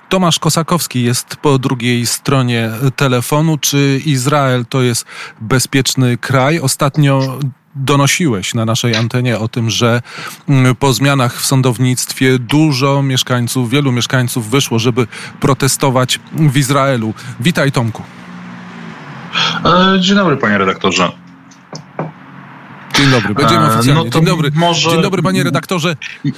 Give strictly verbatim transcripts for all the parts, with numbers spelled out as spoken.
Tomasz Kosakowski jest po drugiej stronie telefonu. Czy Izrael to jest bezpieczny kraj? Ostatnio donosiłeś na naszej antenie o tym, że po zmianach w sądownictwie dużo mieszkańców, wielu mieszkańców wyszło, żeby protestować w Izraelu. Witaj, Tomku. Dzień dobry, panie redaktorze. Dzień dobry, będziemy oficjalnie. No Dzień dobry. może... Dzień dobry, panie redaktorze.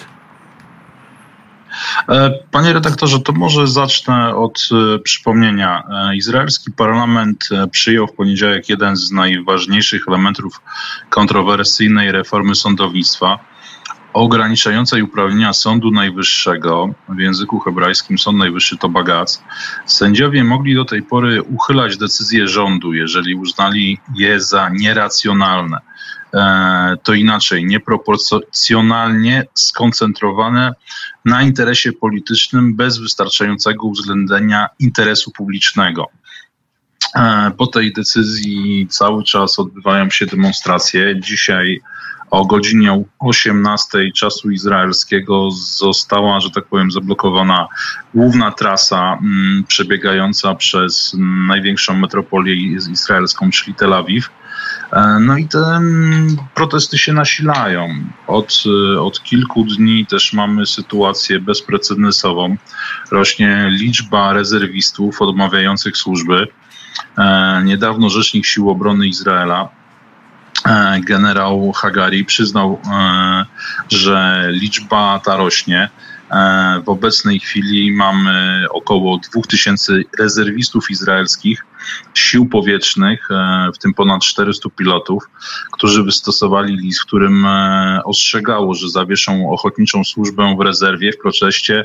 Panie redaktorze, to może zacznę od przypomnienia. Izraelski parlament przyjął w poniedziałek jeden z najważniejszych elementów kontrowersyjnej reformy sądownictwa, ograniczającej uprawnienia Sądu Najwyższego. W języku hebrajskim Sąd Najwyższy to bagac. Sędziowie mogli do tej pory uchylać decyzje rządu, jeżeli uznali je za nieracjonalne. To inaczej, nieproporcjonalnie skoncentrowane na interesie politycznym bez wystarczającego uwzględnienia interesu publicznego. Po tej decyzji cały czas odbywają się demonstracje. Dzisiaj o godzinie osiemnastej czasu izraelskiego została, że tak powiem, zablokowana główna trasa m, przebiegająca przez największą metropolię izraelską, czyli Tel Awiw. No i te protesty się nasilają. Od, od kilku dni też mamy sytuację bezprecedensową. Rośnie liczba rezerwistów odmawiających służby. Niedawno rzecznik Sił Obrony Izraela, generał Hagari, przyznał, że liczba ta rośnie. W obecnej chwili mamy około dwóch tysięcy rezerwistów izraelskich, sił powietrznych, w tym ponad czterystu pilotów, którzy wystosowali list, w którym ostrzegało, że zawieszą ochotniczą służbę w rezerwie w proteście,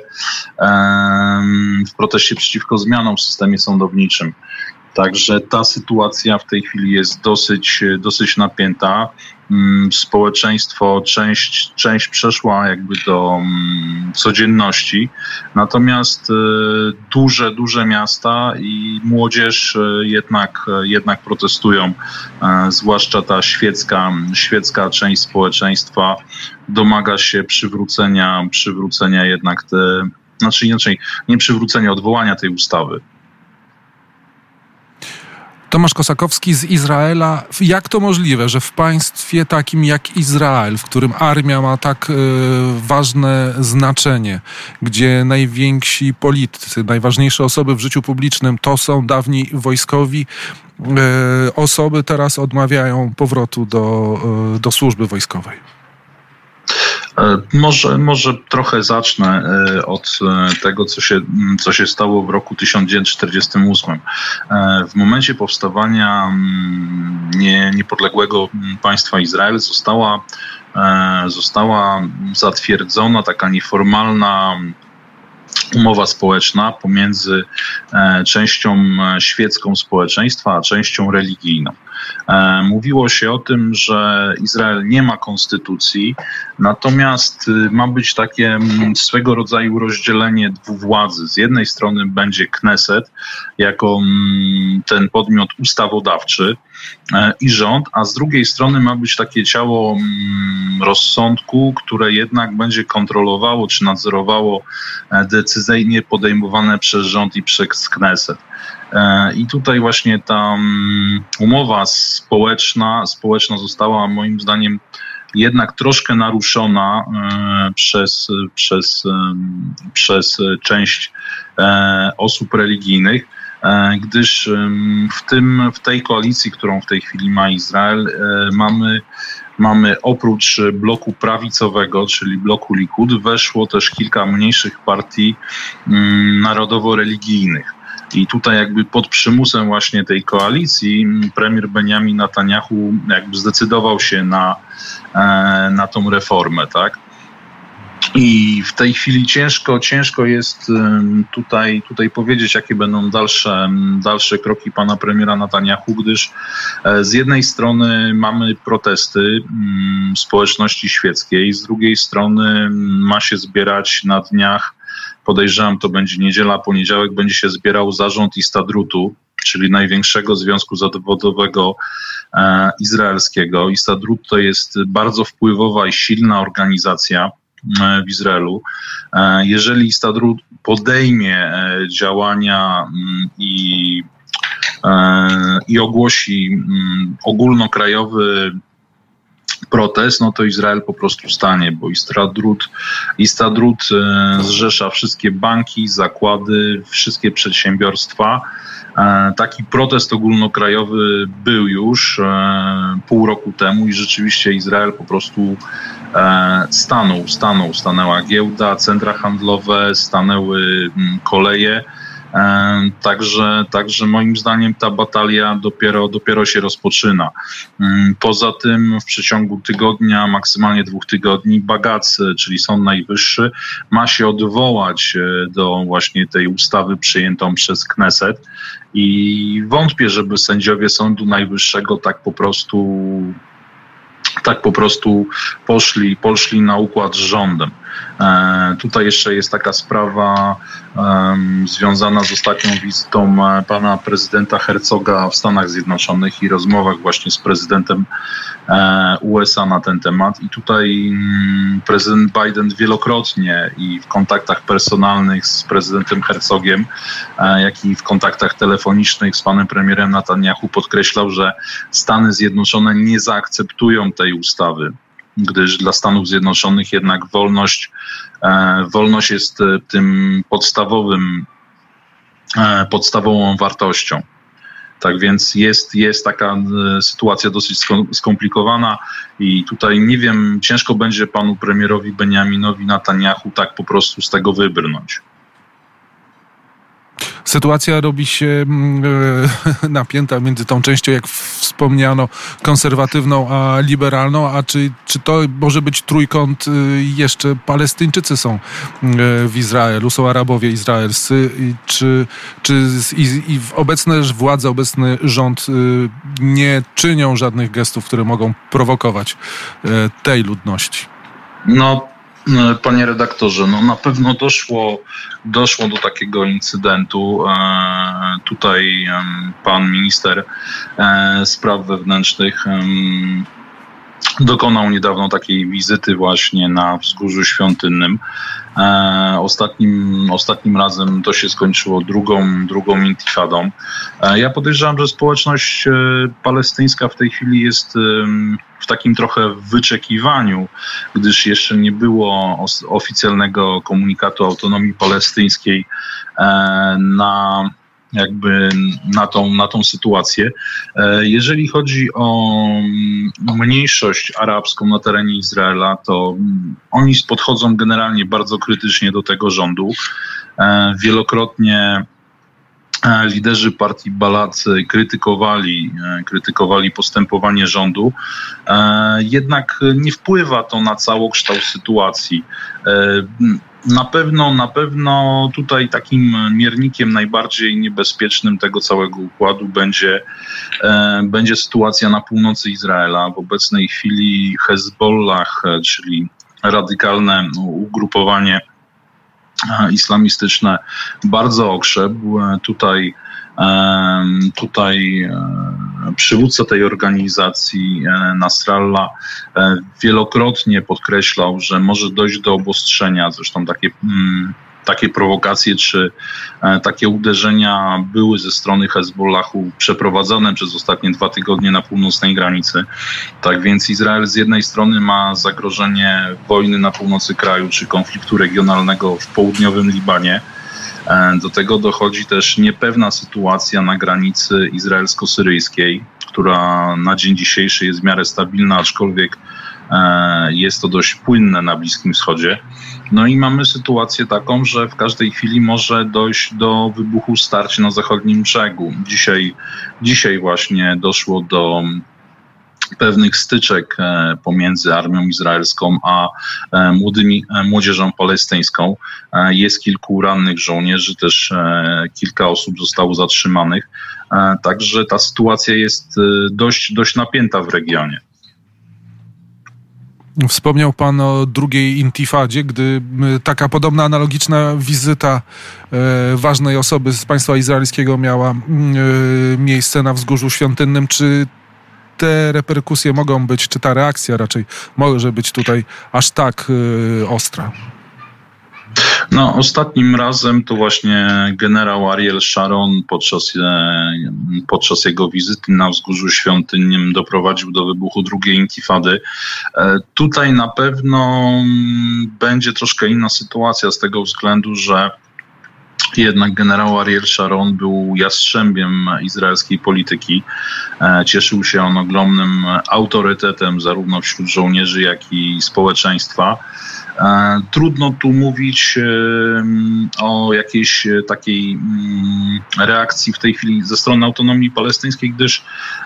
w proteście przeciwko zmianom w systemie sądowniczym. Także ta sytuacja w tej chwili jest dosyć, dosyć napięta. Społeczeństwo, część, część przeszła jakby do codzienności, natomiast duże, duże miasta i młodzież jednak, jednak protestują, zwłaszcza ta świecka, świecka część społeczeństwa domaga się przywrócenia, przywrócenia jednak te, znaczy inaczej, nie przywrócenia, odwołania tej ustawy. Tomasz Kosakowski z Izraela. Jak to możliwe, że w państwie takim jak Izrael, w którym armia ma tak y, ważne znaczenie, gdzie najwięksi politycy, najważniejsze osoby w życiu publicznym to są dawni wojskowi, y, osoby teraz odmawiają powrotu do, y, do służby wojskowej? Może, może trochę zacznę od tego, co się, co się stało w roku tysiąc dziewięćset czterdziestym ósmym. W momencie powstawania nie, niepodległego państwa Izrael została, została zatwierdzona taka nieformalna umowa społeczna pomiędzy częścią świecką społeczeństwa a częścią religijną. Mówiło się o tym, że Izrael nie ma konstytucji, natomiast ma być takie swego rodzaju rozdzielenie dwóch władzy. Z jednej strony będzie Kneset jako ten podmiot ustawodawczy i rząd, a z drugiej strony ma być takie ciało rozsądku, które jednak będzie kontrolowało czy nadzorowało decyzyjnie podejmowane przez rząd i przez Kneset. I tutaj właśnie ta umowa społeczna, społeczna została moim zdaniem jednak troszkę naruszona przez, przez, przez część osób religijnych, gdyż w, tym, w tej koalicji, którą w tej chwili ma Izrael, mamy Mamy oprócz bloku prawicowego, czyli bloku Likud, weszło też kilka mniejszych partii narodowo-religijnych. I tutaj jakby pod przymusem właśnie tej koalicji premier Benjamin Netanyahu jakby zdecydował się na, na tą reformę, tak? I w tej chwili ciężko, ciężko jest tutaj, tutaj powiedzieć, jakie będą dalsze, dalsze kroki pana premiera Netanyahu, gdyż z jednej strony mamy protesty społeczności świeckiej, z drugiej strony ma się zbierać na dniach, podejrzewam, to będzie niedziela, poniedziałek, będzie się zbierał zarząd Istadrutu, czyli największego związku zawodowego e, izraelskiego. Istadrut to jest bardzo wpływowa i silna organizacja, w Izraelu. Jeżeli Histadrut podejmie działania i, i ogłosi ogólnokrajowy protest, no to Izrael po prostu stanie, bo Histadrut, Histadrut zrzesza wszystkie banki, zakłady, wszystkie przedsiębiorstwa. Taki protest ogólnokrajowy był już pół roku temu i rzeczywiście Izrael po prostu stanął, stanął, stanęła giełda, centra handlowe, stanęły koleje. Także, także moim zdaniem ta batalia dopiero, dopiero się rozpoczyna. Poza tym w przeciągu tygodnia, maksymalnie dwóch tygodni Bagac, czyli Sąd Najwyższy, ma się odwołać do właśnie tej ustawy przyjętą przez Kneset i wątpię, żeby sędziowie Sądu Najwyższego tak po prostu tak po prostu poszli, poszli na układ z rządem. E, tutaj jeszcze jest taka sprawa e, związana z ostatnią wizytą pana prezydenta Herzoga w Stanach Zjednoczonych i rozmowach właśnie z prezydentem e, U S A na ten temat. I tutaj m, prezydent Biden wielokrotnie i w kontaktach personalnych z prezydentem Herzogiem, e, jak i w kontaktach telefonicznych z panem premierem Netanyahu podkreślał, że Stany Zjednoczone nie zaakceptują tej ustawy, gdyż dla Stanów Zjednoczonych jednak wolność, e, wolność jest tym podstawowym, e, podstawową wartością. Tak więc jest, jest taka e, sytuacja dosyć skomplikowana i tutaj nie wiem, ciężko będzie panu premierowi Benjaminowi Netanyahu tak po prostu z tego wybrnąć. Sytuacja robi się e, napięta między tą częścią, jak wspomniano, konserwatywną a liberalną, a czy, czy to może być trójkąt, e, jeszcze Palestyńczycy są e, w Izraelu, są Arabowie izraelscy, czy, czy z, i, i obecne władze, obecny rząd e, nie czynią żadnych gestów, które mogą prowokować e, tej ludności? No, panie redaktorze, no na pewno doszło, doszło do takiego incydentu. E, tutaj e, pan minister e, spraw wewnętrznych e, dokonał niedawno takiej wizyty właśnie na Wzgórzu Świątynnym. E, ostatnim, ostatnim razem to się skończyło drugą, drugą intifadą. E, ja podejrzewam, że społeczność e, palestyńska w tej chwili jest e, w takim trochę wyczekiwaniu, gdyż jeszcze nie było os- oficjalnego komunikatu autonomii palestyńskiej e, na jakby na tą, na tą sytuację. Jeżeli chodzi o mniejszość arabską na terenie Izraela, to oni podchodzą generalnie bardzo krytycznie do tego rządu. Wielokrotnie liderzy partii Balad krytykowali, krytykowali postępowanie rządu, jednak nie wpływa to na całokształt sytuacji. Na pewno, na pewno tutaj takim miernikiem najbardziej niebezpiecznym tego całego układu będzie, e, będzie sytuacja na północy Izraela. W obecnej chwili Hezbollah, czyli radykalne ugrupowanie islamistyczne, bardzo okrzepł. Tutaj Tutaj przywódca tej organizacji, Nasrallah, wielokrotnie podkreślał, że może dojść do obostrzenia. Zresztą takie, takie prowokacje czy takie uderzenia były ze strony Hezbollahu przeprowadzane przez ostatnie dwa tygodnie na północnej granicy. Tak więc Izrael z jednej strony ma zagrożenie wojny na północy kraju czy konfliktu regionalnego w południowym Libanie. Do tego dochodzi też niepewna sytuacja na granicy izraelsko-syryjskiej, która na dzień dzisiejszy jest w miarę stabilna, aczkolwiek jest to dość płynne na Bliskim Wschodzie. No i mamy sytuację taką, że w każdej chwili może dojść do wybuchu starć na zachodnim brzegu. Dzisiaj, dzisiaj właśnie doszło do pewnych styczek pomiędzy armią izraelską a młodymi, młodzieżą palestyńską. Jest kilku rannych żołnierzy, też kilka osób zostało zatrzymanych. Także ta sytuacja jest dość, dość napięta w regionie. Wspomniał pan o drugiej intifadzie, gdy taka podobna, analogiczna wizyta ważnej osoby z państwa izraelskiego miała miejsce na Wzgórzu Świątynnym. Czy te reperkusje mogą być, czy ta reakcja raczej może być tutaj aż tak yy, ostra? No, ostatnim razem to właśnie generał Ariel Sharon podczas, podczas jego wizyty na Wzgórzu Świątynnym doprowadził do wybuchu drugiej intifady. Tutaj na pewno będzie troszkę inna sytuacja z tego względu, że jednak generał Ariel Sharon był jastrzębiem izraelskiej polityki. Cieszył się on ogromnym autorytetem zarówno wśród żołnierzy, jak i społeczeństwa. Trudno tu mówić o jakiejś takiej reakcji w tej chwili ze strony autonomii palestyńskiej, gdyż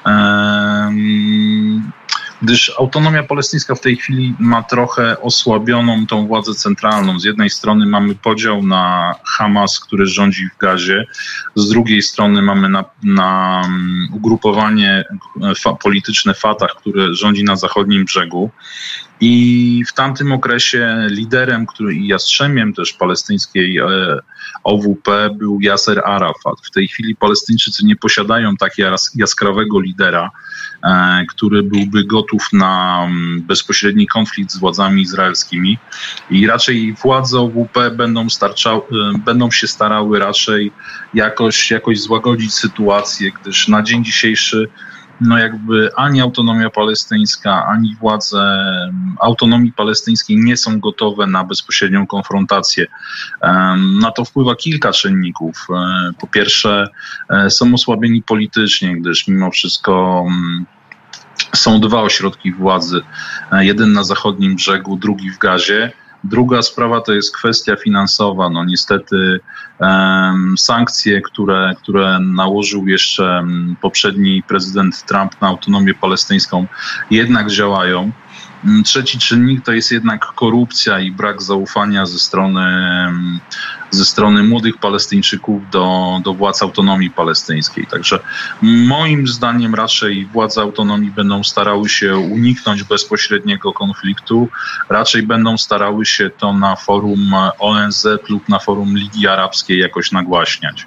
gdyż autonomia palestyńska w tej chwili ma trochę osłabioną tą władzę centralną. Z jednej strony mamy podział na Hamas, który rządzi w Gazie, z drugiej strony mamy na, na ugrupowanie fa- polityczne Fatah, które rządzi na zachodnim brzegu. I w tamtym okresie liderem, który i jastrzębiem też palestyńskiej O W P był Yasser Arafat. W tej chwili Palestyńczycy nie posiadają takiego jaskrawego lidera, który byłby gotów na bezpośredni konflikt z władzami izraelskimi i raczej władze O W P będą, starcza, będą się starały raczej jakoś, jakoś złagodzić sytuację, gdyż na dzień dzisiejszy no jakby ani autonomia palestyńska, ani władze autonomii palestyńskiej nie są gotowe na bezpośrednią konfrontację. Na to wpływa kilka czynników. Po pierwsze, są osłabieni politycznie, gdyż mimo wszystko są dwa ośrodki władzy. Jeden na zachodnim brzegu, drugi w Gazie. Druga sprawa to jest kwestia finansowa. No niestety um, sankcje, które, które nałożył jeszcze poprzedni prezydent Trump na autonomię palestyńską, jednak działają. Trzeci czynnik to jest jednak korupcja i brak zaufania ze strony, ze strony młodych Palestyńczyków do, do władz autonomii palestyńskiej. Także moim zdaniem raczej władze autonomii będą starały się uniknąć bezpośredniego konfliktu, raczej będą starały się to na forum O N Z lub na forum Ligi Arabskiej jakoś nagłaśniać.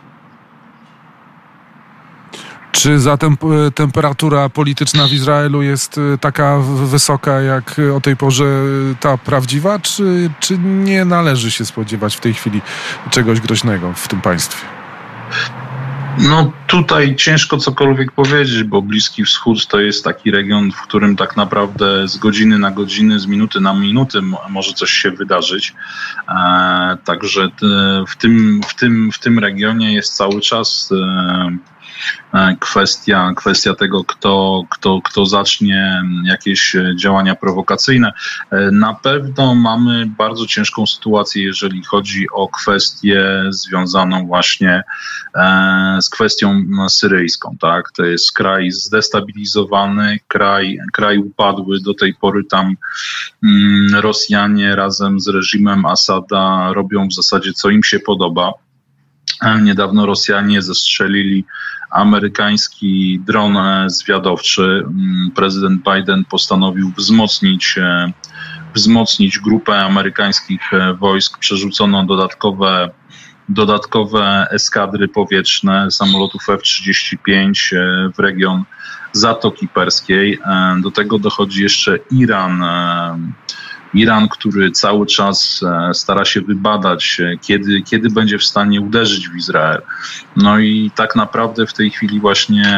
Czy zatem temperatura polityczna w Izraelu jest taka wysoka jak o tej porze ta prawdziwa, czy, czy nie należy się spodziewać w tej chwili czegoś groźnego w tym państwie? No tutaj ciężko cokolwiek powiedzieć, bo Bliski Wschód to jest taki region, w którym tak naprawdę z godziny na godzinę, z minuty na minutę może coś się wydarzyć. E, także te, w, tym, w, tym, w tym regionie jest cały czas e, Kwestia, kwestia tego, kto, kto, kto zacznie jakieś działania prowokacyjne. Na pewno mamy bardzo ciężką sytuację, jeżeli chodzi o kwestię związaną właśnie z kwestią syryjską. Tak? To jest kraj zdestabilizowany, kraj, kraj upadły. Do tej pory tam Rosjanie razem z reżimem Asada robią w zasadzie co im się podoba. Niedawno Rosjanie zestrzelili amerykański dron zwiadowczy. Prezydent Biden postanowił wzmocnić, wzmocnić grupę amerykańskich wojsk. Przerzucono dodatkowe, dodatkowe eskadry powietrzne samolotów F trzydzieści pięć w region Zatoki Perskiej. Do tego dochodzi jeszcze Iran. Iran, który cały czas stara się wybadać, kiedy, kiedy będzie w stanie uderzyć w Izrael. No i tak naprawdę w tej chwili właśnie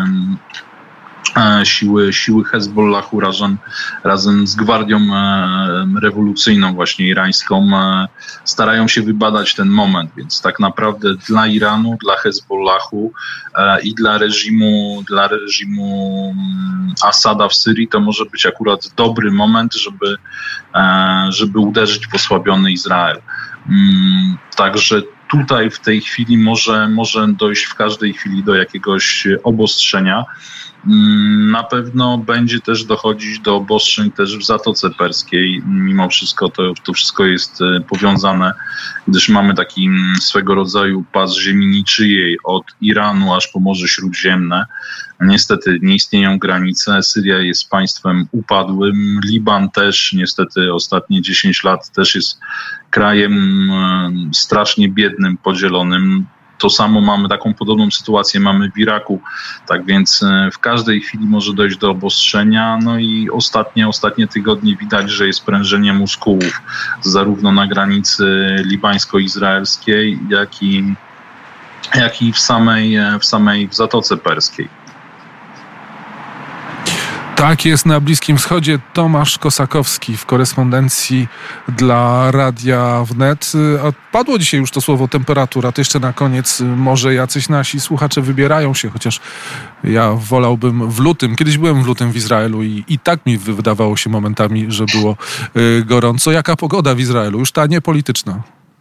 siły, siły Hezbollahu razem, razem z gwardią rewolucyjną właśnie irańską starają się wybadać ten moment, więc tak naprawdę dla Iranu, dla Hezbollahu i dla reżimu, dla reżimu Asada w Syrii to może być akurat dobry moment, żeby, żeby uderzyć w osłabiony Izrael. Także tutaj w tej chwili może, może dojść w każdej chwili do jakiegoś obostrzenia. Na pewno będzie też dochodzić do obostrzeń też w Zatoce Perskiej. Mimo wszystko to, to wszystko jest powiązane, gdyż mamy taki swego rodzaju pas ziemi niczyjej od Iranu aż po Morze Śródziemne. Niestety nie istnieją granice. Syria jest państwem upadłym. Liban też niestety ostatnie dziesięć lat też jest krajem strasznie biednym, podzielonym. To samo mamy, taką podobną sytuację mamy w Iraku, tak więc w każdej chwili może dojść do obostrzenia, no i ostatnie, ostatnie tygodnie widać, że jest prężenie muskułów zarówno na granicy libańsko-izraelskiej, jak i, jak i w samej, w samej w Zatoce Perskiej. Tak jest na Bliskim Wschodzie. Tomasz Kosakowski w korespondencji dla Radia Wnet. A padło dzisiaj już to słowo temperatura. To jeszcze na koniec może jacyś nasi słuchacze wybierają się, chociaż ja wolałbym w lutym. Kiedyś byłem w lutym w Izraelu i, i tak mi wydawało się momentami, że było y, gorąco. Jaka pogoda w Izraelu? Już ta niepolityczna.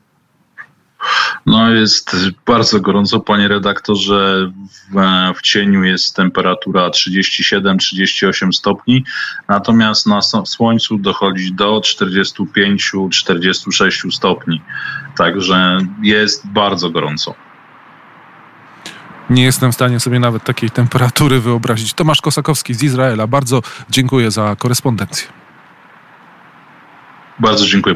No jest bardzo gorąco, panie redaktorze. W, w cieniu jest temperatura trzydzieści siedem trzydzieści osiem stopni, natomiast na słońcu dochodzi do czterdzieści pięć czterdzieści sześć stopni. Także jest bardzo gorąco. Nie jestem w stanie sobie nawet takiej temperatury wyobrazić. Tomasz Kosakowski z Izraela. Bardzo dziękuję za korespondencję. Bardzo dziękuję.